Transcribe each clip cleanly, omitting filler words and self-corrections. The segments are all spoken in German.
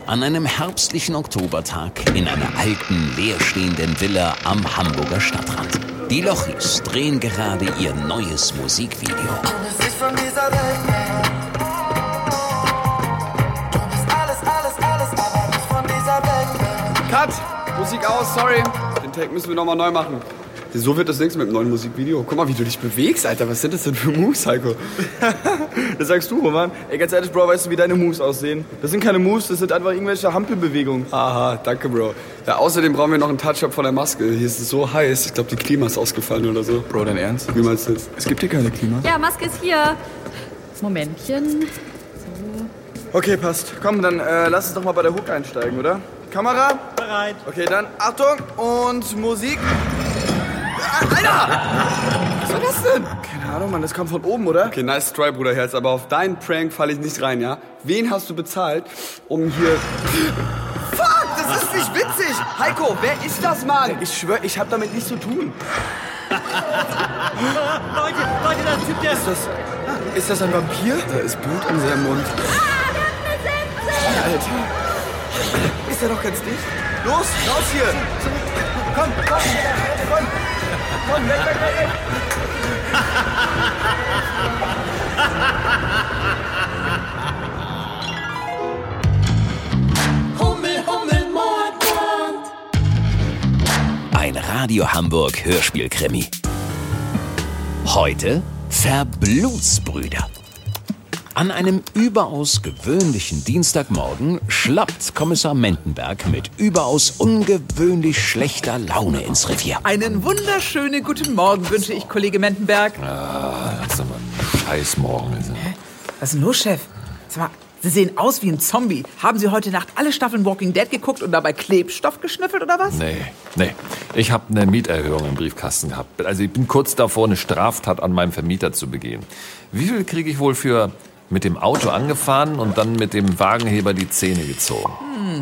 an einem herbstlichen Oktobertag in einer alten, leerstehenden Villa am Hamburger Stadtrand. Die Lochis drehen gerade ihr neues Musikvideo. Du bist von dieser Welt, du bist alles, aber nicht von dieser Welt. Cut! Musik aus, sorry. Den Take müssen wir nochmal neu machen. So wird das nichts mit dem neuen Musikvideo. Guck mal, wie du dich bewegst, Alter. Was sind das denn für Moves, Heiko? Das sagst du, Roman. Ey, ganz ehrlich, Bro, weißt du, wie deine Moves aussehen? Das sind keine Moves, das sind einfach irgendwelche Hampelbewegungen. Aha, danke, Bro. Ja, außerdem brauchen wir noch einen Touch-Up von der Maske. Hier ist es so heiß. Ich glaube, die Klima ist ausgefallen oder so. Bro, dein Ernst? Wie meinst du das? Es gibt hier keine Klima. Ja, Maske ist hier. Momentchen. Okay, passt. Komm, dann lass uns doch mal bei der Hook einsteigen, oder? Kamera? Bereit. Okay, dann Achtung und Musik. Alter! Was war das denn? Keine Ahnung, Mann, das kam von oben, oder? Okay, nice try, Bruderherz. Aber auf deinen Prank falle ich nicht rein, ja? Wen hast du bezahlt, um hier... Fuck, das ist nicht witzig! Heiko, wer ist das, Mann? Ich schwör, ich hab damit nichts zu tun. Leute, das Typ, der... Ist das ein Vampir? Da ist Blut in seinem Mund. Alter. Ist er doch ganz dicht? Los, raus hier! Komm, weg! Ein Radio Hamburg Hörspielkrimi. Heute Verblutsbrüder. An einem überaus gewöhnlichen Dienstagmorgen schlappt Kommissar Mendenberg mit überaus ungewöhnlich schlechter Laune ins Revier. Einen wunderschönen guten Morgen wünsche ich, Kollege Mendenberg. Das ist aber ein Scheißmorgen. Was ist denn los, Chef? Sag mal, Sie sehen aus wie ein Zombie. Haben Sie heute Nacht alle Staffeln Walking Dead geguckt und dabei Klebstoff geschnüffelt oder was? Nee. Ich habe eine Mieterhöhung im Briefkasten gehabt. Also ich bin kurz davor, eine Straftat an meinem Vermieter zu begehen. Wie viel kriege ich wohl für mit dem Auto angefahren und dann mit dem Wagenheber die Zähne gezogen?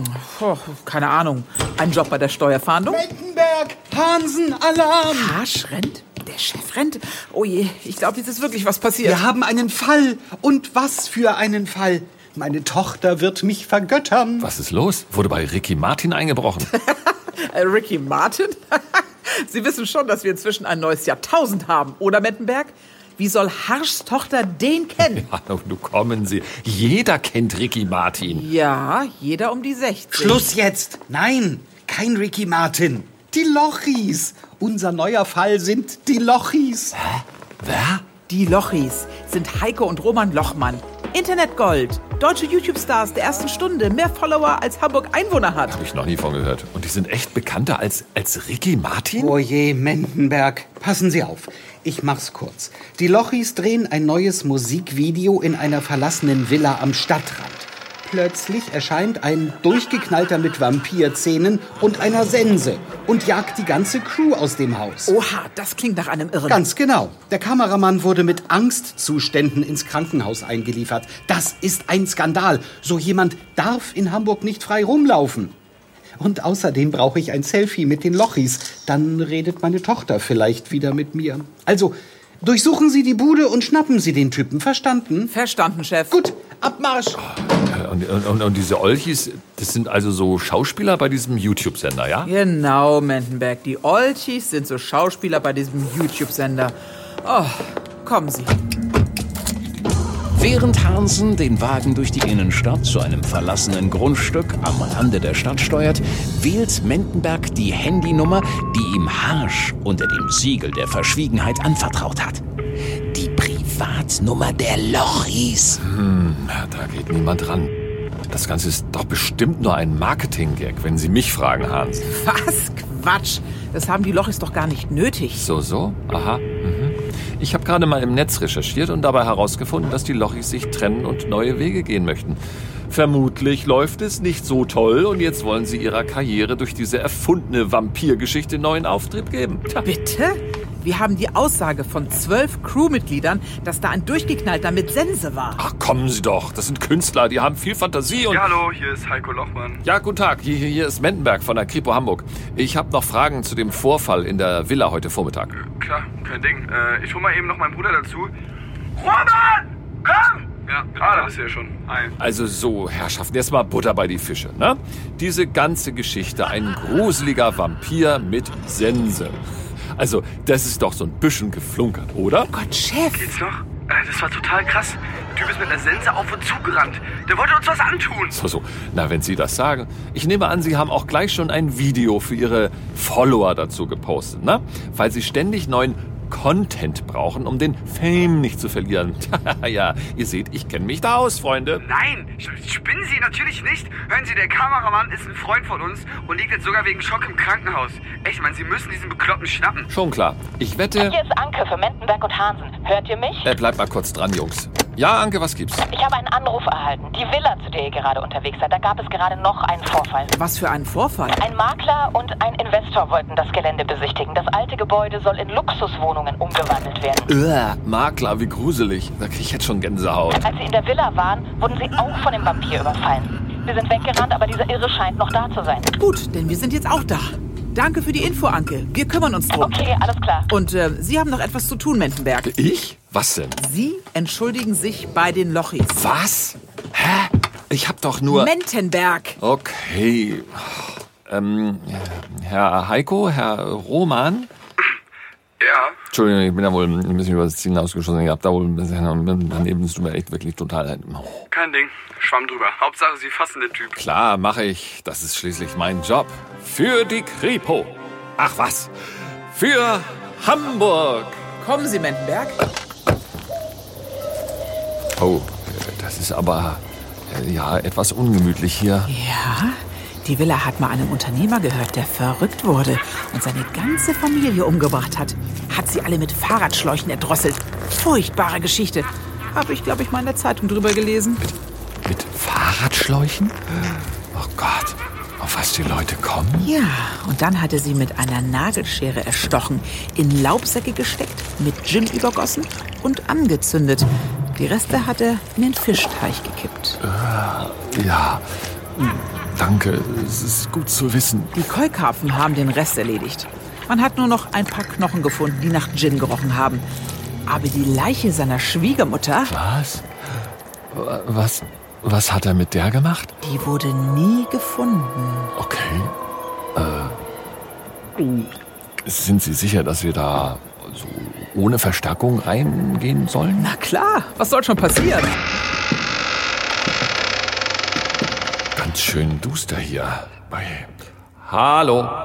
Keine Ahnung. Ein Job bei der Steuerfahndung? Mendenberg, Hansen, Alarm! Harsch rennt? Der Chef rennt? Oh je, ich glaube, jetzt ist wirklich was passiert. Wir haben einen Fall. Und was für einen Fall. Meine Tochter wird mich vergöttern. Was ist los? Wurde bei Ricky Martin eingebrochen? Ricky Martin? Sie wissen schon, dass wir inzwischen ein neues Jahrtausend haben, oder Mendenberg? Wie soll Harschs Tochter den kennen? Ja, nun kommen Sie. Jeder kennt Ricky Martin. Ja, jeder um die 60. Schluss jetzt. Nein, kein Ricky Martin. Die Lochis. Unser neuer Fall sind die Lochis. Hä? Wer? Die Lochis sind Heiko und Roman Lochmann. Internetgold. Deutsche YouTube-Stars der ersten Stunde. Mehr Follower als Hamburg Einwohner hat. Hab ich noch nie von gehört. Und die sind echt bekannter als Ricky Martin? Oh je, Mendenberg. Passen Sie auf. Ich mach's kurz. Die Lochis drehen ein neues Musikvideo in einer verlassenen Villa am Stadtrand. Plötzlich erscheint ein Durchgeknallter mit Vampirzähnen und einer Sense und jagt die ganze Crew aus dem Haus. Oha, das klingt nach einem Irren. Ganz genau. Der Kameramann wurde mit Angstzuständen ins Krankenhaus eingeliefert. Das ist ein Skandal. So jemand darf in Hamburg nicht frei rumlaufen. Und außerdem brauche ich ein Selfie mit den Lochis. Dann redet meine Tochter vielleicht wieder mit mir. Also, durchsuchen Sie die Bude und schnappen Sie den Typen. Verstanden? Verstanden, Chef. Gut, Abmarsch. Und diese Olchis, das sind also so Schauspieler bei diesem YouTube-Sender, ja? Genau, Mendenberg. Die Olchis sind so Schauspieler bei diesem YouTube-Sender. Oh, kommen Sie. Während Hansen den Wagen durch die Innenstadt zu einem verlassenen Grundstück am Rande der Stadt steuert, wählt Mendenberg die Handynummer, die ihm Harsch unter dem Siegel der Verschwiegenheit anvertraut hat. Die Privatnummer der Lochis. Da geht niemand ran. Das Ganze ist doch bestimmt nur ein Marketing-Gag, wenn Sie mich fragen, Hans. Was? Quatsch. Das haben die Lochis doch gar nicht nötig. So? Aha. Ich habe gerade mal im Netz recherchiert und dabei herausgefunden, dass die Lochis sich trennen und neue Wege gehen möchten. Vermutlich läuft es nicht so toll und jetzt wollen sie ihrer Karriere durch diese erfundene Vampirgeschichte neuen Auftrieb geben. Tja. Bitte? Wir haben die Aussage von 12 Crewmitgliedern, dass da ein Durchgeknallter mit Sense war. Ach, kommen Sie doch. Das sind Künstler, die haben viel Fantasie und... Ja, hallo, hier ist Heiko Lochmann. Ja, guten Tag. Hier ist Mendenberg von der Kripo Hamburg. Ich habe noch Fragen zu dem Vorfall in der Villa heute Vormittag. Klar, kein Ding. Ich hol mal eben noch meinen Bruder dazu. Roman! Komm! Ja, da bist du ja schon. Hi. Also so, Herrschaften, jetzt mal Butter bei die Fische, ne? Diese ganze Geschichte, ein gruseliger Vampir mit Sense. Also, das ist doch so ein bisschen geflunkert, oder? Gott, Chef. Geht's noch? Das war total krass. Der Typ ist mit einer Sense auf und zugerannt. Der wollte uns was antun. So. Na, wenn Sie das sagen. Ich nehme an, Sie haben auch gleich schon ein Video für Ihre Follower dazu gepostet, ne? Weil Sie ständig neuen Content brauchen, um den Fame nicht zu verlieren. Ja, ihr seht, ich kenne mich da aus, Freunde. Nein, spinnen Sie natürlich nicht. Hören Sie, der Kameramann ist ein Freund von uns und liegt jetzt sogar wegen Schock im Krankenhaus. Echt, Mann, Sie müssen diesen Bekloppten schnappen. Schon klar. Ich wette... Hier ist Anke für Mendenberg und Hansen. Hört ihr mich? Bleibt mal kurz dran, Jungs. Ja, Anke, was gibt's? Ich habe einen Anruf erhalten. Die Villa, zu der ihr gerade unterwegs seid, da gab es gerade noch einen Vorfall. Was für einen Vorfall? Ein Makler und ein Investor wollten das Gelände besichtigen. Das alte Gebäude soll in Luxuswohnungen umgewandelt werden. Makler, wie gruselig. Da krieg ich jetzt schon Gänsehaut. Als sie in der Villa waren, wurden sie auch von dem Vampir überfallen. Wir sind weggerannt, aber dieser Irre scheint noch da zu sein. Gut, denn wir sind jetzt auch da. Danke für die Info, Anke. Wir kümmern uns drum. Okay, alles klar. Und Sie haben noch etwas zu tun, Mendenberg. Ich? Was denn? Sie entschuldigen sich bei den Lochis. Was? Hä? Ich hab doch nur... Mendenberg. Okay. Herr Heiko, Herr Roman? Ja? Entschuldigung, ich bin da wohl ein bisschen über das Ziel hinausgeschossen. Ich hab da wohl ein bisschen daneben. Es tut mir echt wirklich total leid. Kein Ding. Schwamm drüber. Hauptsache, Sie fassen den Typ. Klar, mache ich. Das ist schließlich mein Job. Für die Kripo. Ach was. Für Hamburg. Kommen Sie, Mendenberg. Oh, das ist aber ja etwas ungemütlich hier. Ja, die Villa hat mal einem Unternehmer gehört, der verrückt wurde und seine ganze Familie umgebracht hat. Hat sie alle mit Fahrradschläuchen erdrosselt. Furchtbare Geschichte. Habe ich, glaube ich, mal in der Zeitung drüber gelesen. Mit Fahrradschläuchen? Oh Gott, auf was die Leute kommen? Ja, und dann hatte sie mit einer Nagelschere erstochen, in Laubsäcke gesteckt, mit Gin übergossen und angezündet. Die Reste hat er in den Fischteich gekippt. Ja, danke. Es ist gut zu wissen. Die Keukarpfen haben den Rest erledigt. Man hat nur noch ein paar Knochen gefunden, die nach Gin gerochen haben. Aber die Leiche seiner Schwiegermutter... Was hat er mit der gemacht? Die wurde nie gefunden. Okay. Sind Sie sicher, dass wir da so ohne Verstärkung reingehen sollen? Na klar, was soll schon passieren? Ganz schön duster hier. Hallo.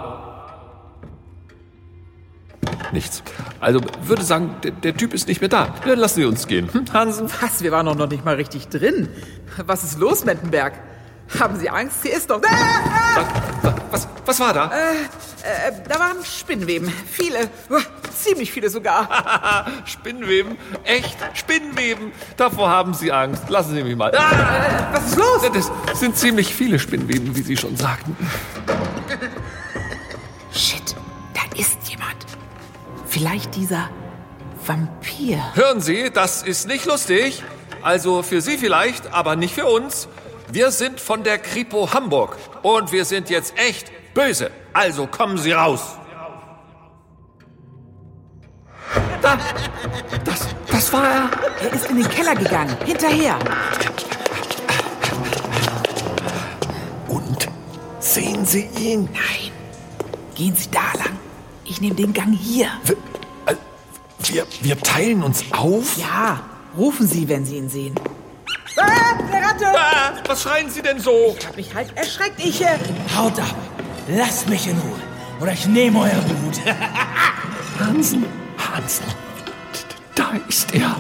Nichts. Also würde sagen, der Typ ist nicht mehr da. Dann lassen Sie uns gehen. Hansen? Was? Wir waren doch noch nicht mal richtig drin. Was ist los, Mendenberg? Haben Sie Angst? Hier ist doch... Was war da? Da waren Spinnweben. Viele. Ziemlich viele sogar. Spinnweben? Echt? Spinnweben? Davor haben Sie Angst. Lassen Sie mich mal. Was ist los? Das sind ziemlich viele Spinnweben, wie Sie schon sagten. Shit, da ist jemand. Vielleicht dieser Vampir. Hören Sie, das ist nicht lustig. Also für Sie vielleicht, aber nicht für uns. Wir sind von der Kripo Hamburg. Und wir sind jetzt echt böse. Also kommen Sie raus. Das war er. Er ist in den Keller gegangen. Hinterher. Und? Sehen Sie ihn? Nein. Gehen Sie da lang. Ich nehme den Gang hier. Wir teilen uns auf? Ja, rufen Sie, wenn Sie ihn sehen. Der Ratte! Was schreien Sie denn so? Ich hab mich halt erschreckt. Haut ab! Lasst mich in Ruhe! Oder ich nehme euer Blut! Hansen! Da ist er!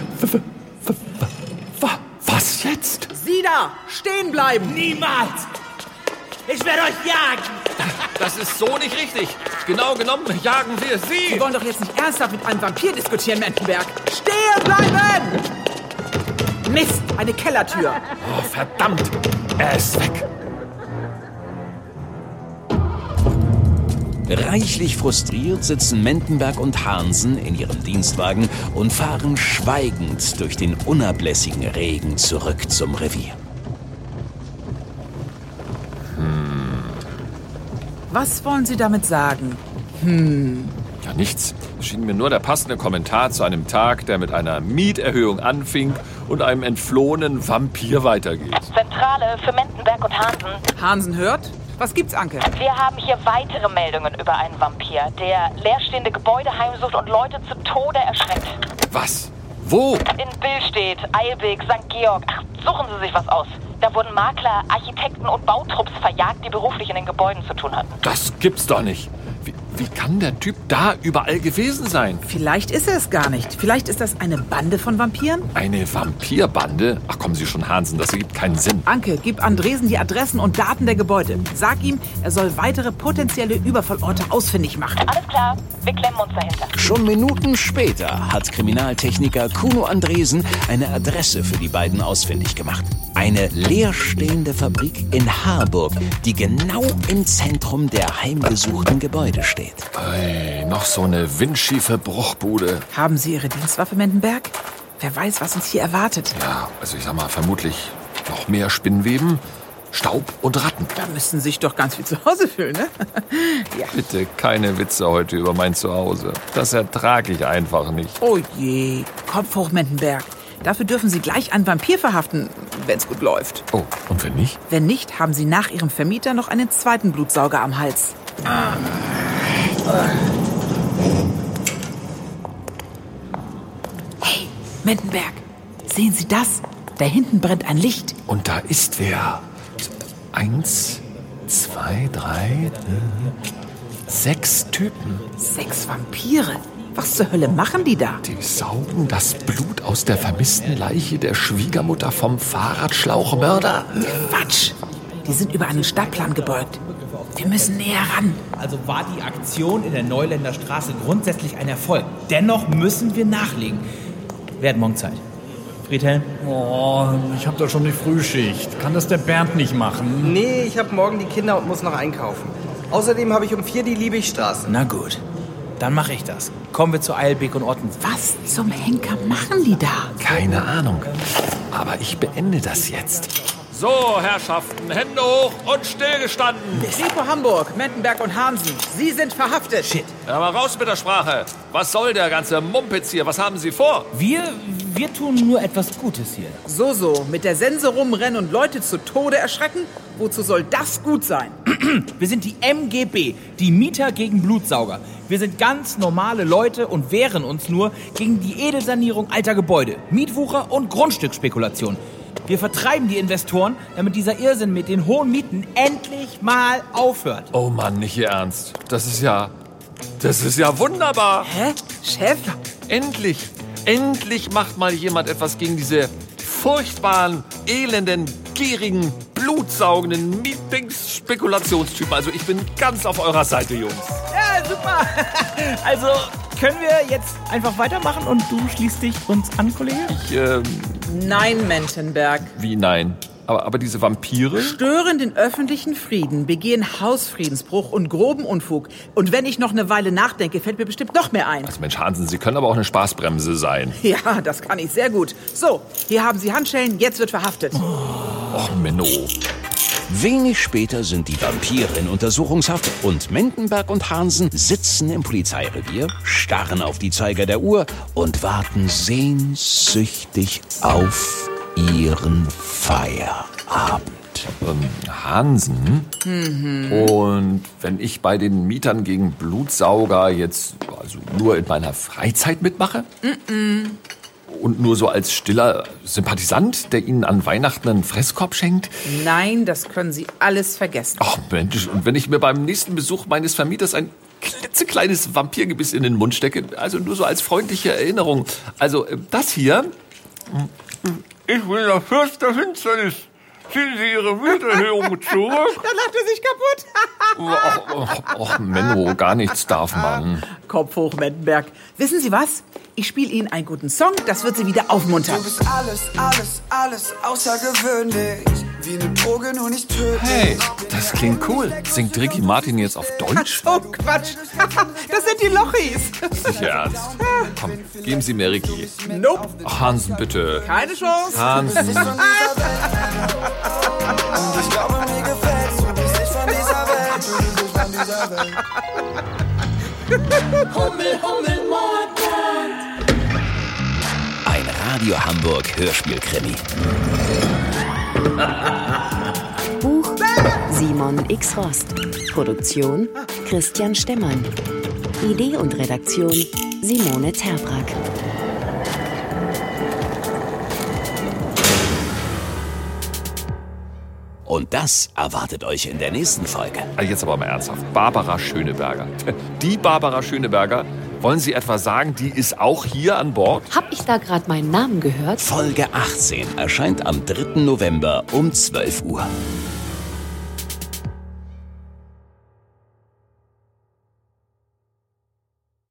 Was jetzt? Sie da! Stehen bleiben! Niemals! Ich werde euch jagen! Das ist so nicht richtig. Genau genommen jagen wir Sie. Sie wollen doch jetzt nicht ernsthaft mit einem Vampir diskutieren, Mendenberg. Stehen bleiben! Mist, eine Kellertür. Oh, verdammt. Er ist weg. Reichlich frustriert sitzen Mendenberg und Hansen in ihrem Dienstwagen und fahren schweigend durch den unablässigen Regen zurück zum Revier. Was wollen Sie damit sagen? Ja, nichts. Schien mir nur der passende Kommentar zu einem Tag, der mit einer Mieterhöhung anfing und einem entflohenen Vampir weitergeht. Zentrale für Mendenberg und Hansen. Hansen hört? Was gibt's, Anke? Wir haben hier weitere Meldungen über einen Vampir, der leerstehende Gebäude heimsucht und Leute zu Tode erschreckt. Was? Wo? In Billstedt, Eilbek, St. Georg. Ach, suchen Sie sich was aus. Da wurden Makler, Architekten und Bautrupps verjagt, die beruflich in den Gebäuden zu tun hatten. Das gibt's doch nicht. Wie kann der Typ da überall gewesen sein? Vielleicht ist er es gar nicht. Vielleicht ist das eine Bande von Vampiren? Eine Vampirbande? Ach, kommen Sie schon, Hansen, das ergibt keinen Sinn. Anke, gib Andresen die Adressen und Daten der Gebäude. Sag ihm, er soll weitere potenzielle Überfallorte ausfindig machen. Alles klar, wir klemmen uns dahinter. Schon Minuten später hat Kriminaltechniker Kuno Andresen eine Adresse für die beiden ausfindig gemacht. Eine leerstehende Fabrik in Harburg, die genau im Zentrum der heimgesuchten Gebäude steht. Hey, noch so eine windschiefe Bruchbude. Haben Sie Ihre Dienstwaffe, Mendenberg? Wer weiß, was uns hier erwartet. Ja, also ich sag mal, vermutlich noch mehr Spinnweben, Staub und Ratten. Da müssen Sie sich doch ganz viel zu Hause fühlen, ne? Ja. Bitte keine Witze heute über mein Zuhause. Das ertrage ich einfach nicht. Oh je, Kopf hoch, Mendenberg. Dafür dürfen Sie gleich einen Vampir verhaften, wenn es gut läuft. Oh, und wenn nicht? Wenn nicht, haben Sie nach Ihrem Vermieter noch einen zweiten Blutsauger am Hals. Hey, Mendenberg, sehen Sie das? Da hinten brennt ein Licht. Und da ist wer. 1, 2, 3, 6 Typen. 6 Vampire? Was zur Hölle machen die da? Die saugen das Blut aus der vermissten Leiche der Schwiegermutter vom Fahrradschlauchmörder. Quatsch! Die sind über einen Stadtplan gebeugt. Wir müssen näher ran. Also war die Aktion in der Neuländer Straße grundsätzlich ein Erfolg. Dennoch müssen wir nachlegen. Wer hat morgen Zeit? Friedhelm? Oh, ich hab doch schon die Frühschicht. Kann das der Bernd nicht machen? Nee, ich hab morgen die Kinder und muss noch einkaufen. Außerdem habe ich um 4 die Liebigstraße. Na gut, dann mache ich das. Kommen wir zu Eilbek und Otten. Was zum Henker machen die da? Keine Ahnung. Aber ich beende das jetzt. So, Herrschaften, Hände hoch und stillgestanden. Kripo Hamburg, Mendenberg und Hansen, Sie sind verhaftet. Shit. Ja, mal raus mit der Sprache. Was soll der ganze Mumpitz hier? Was haben Sie vor? Wir tun nur etwas Gutes hier. So, mit der Sense rumrennen und Leute zu Tode erschrecken? Wozu soll das gut sein? Wir sind die MGB, die Mieter gegen Blutsauger. Wir sind ganz normale Leute und wehren uns nur gegen die Edelsanierung alter Gebäude, Mietwucher und Grundstücksspekulation. Wir vertreiben die Investoren, damit dieser Irrsinn mit den hohen Mieten endlich mal aufhört. Oh Mann, nicht Ihr Ernst. Das ist ja wunderbar. Hä? Chef? Endlich macht mal jemand etwas gegen diese furchtbaren, elenden, gierigen, blutsaugenden Mietings-Spekulationstypen. Also ich bin ganz auf eurer Seite, Jungs. Ja, super. Also können wir jetzt einfach weitermachen und du schließt dich uns an, Kollege? Nein, Mendenberg. Wie nein? Aber diese Vampire? Stören den öffentlichen Frieden, begehen Hausfriedensbruch und groben Unfug. Und wenn ich noch eine Weile nachdenke, fällt mir bestimmt noch mehr ein. Also Mensch, Hansen, Sie können aber auch eine Spaßbremse sein. Ja, das kann ich sehr gut. So, hier haben Sie Handschellen, jetzt wird verhaftet. Och, Menno. Wenig später sind die Vampire in Untersuchungshaft und Mendenberg und Hansen sitzen im Polizeirevier, starren auf die Zeiger der Uhr und warten sehnsüchtig auf ihren Feierabend. Hansen? Und wenn ich bei den Mietern gegen Blutsauger jetzt also nur in meiner Freizeit mitmache? Und nur so als stiller Sympathisant, der Ihnen an Weihnachten einen Fresskorb schenkt? Nein, das können Sie alles vergessen. Ach Mensch, und wenn ich mir beim nächsten Besuch meines Vermieters ein klitzekleines Vampirgebiss in den Mund stecke, also nur so als freundliche Erinnerung. Also das hier... Ich bin der Fürst der Finsternis. Ziehen Sie Ihre Mieterhöhung zurück. Da lacht er sich kaputt. Och, Menno, gar nichts darf man. Kopf hoch, Mendenberg. Wissen Sie was? Ich spiele Ihnen einen guten Song, das wird Sie wieder aufmuntern. Du bist alles außergewöhnlich. Wie eine Droge, nur nicht tödlich. Hey, das klingt cool. Singt Ricky Martin jetzt auf Deutsch? Oh, Quatsch. Das sind die Lochis. Sicher ernst. Komm, geben Sie mir Ricky. Nope. Ach, Hansen, bitte. Keine Chance. Hansen. Ich glaube, mir gefällt's. Du bist nicht von dieser Welt. Du bist nicht von dieser Welt. Ein Radio Hamburg Hörspielkrimi. Buch Simon X. Rost. Produktion Christian Stemmann. Idee und Redaktion Simone Terbrack. Und das erwartet euch in der nächsten Folge. Jetzt aber mal ernsthaft. Barbara Schöneberger. Die Barbara Schöneberger, wollen Sie etwa sagen, die ist auch hier an Bord? Hab ich da gerade meinen Namen gehört? Folge 18 erscheint am 3. November um 12 Uhr.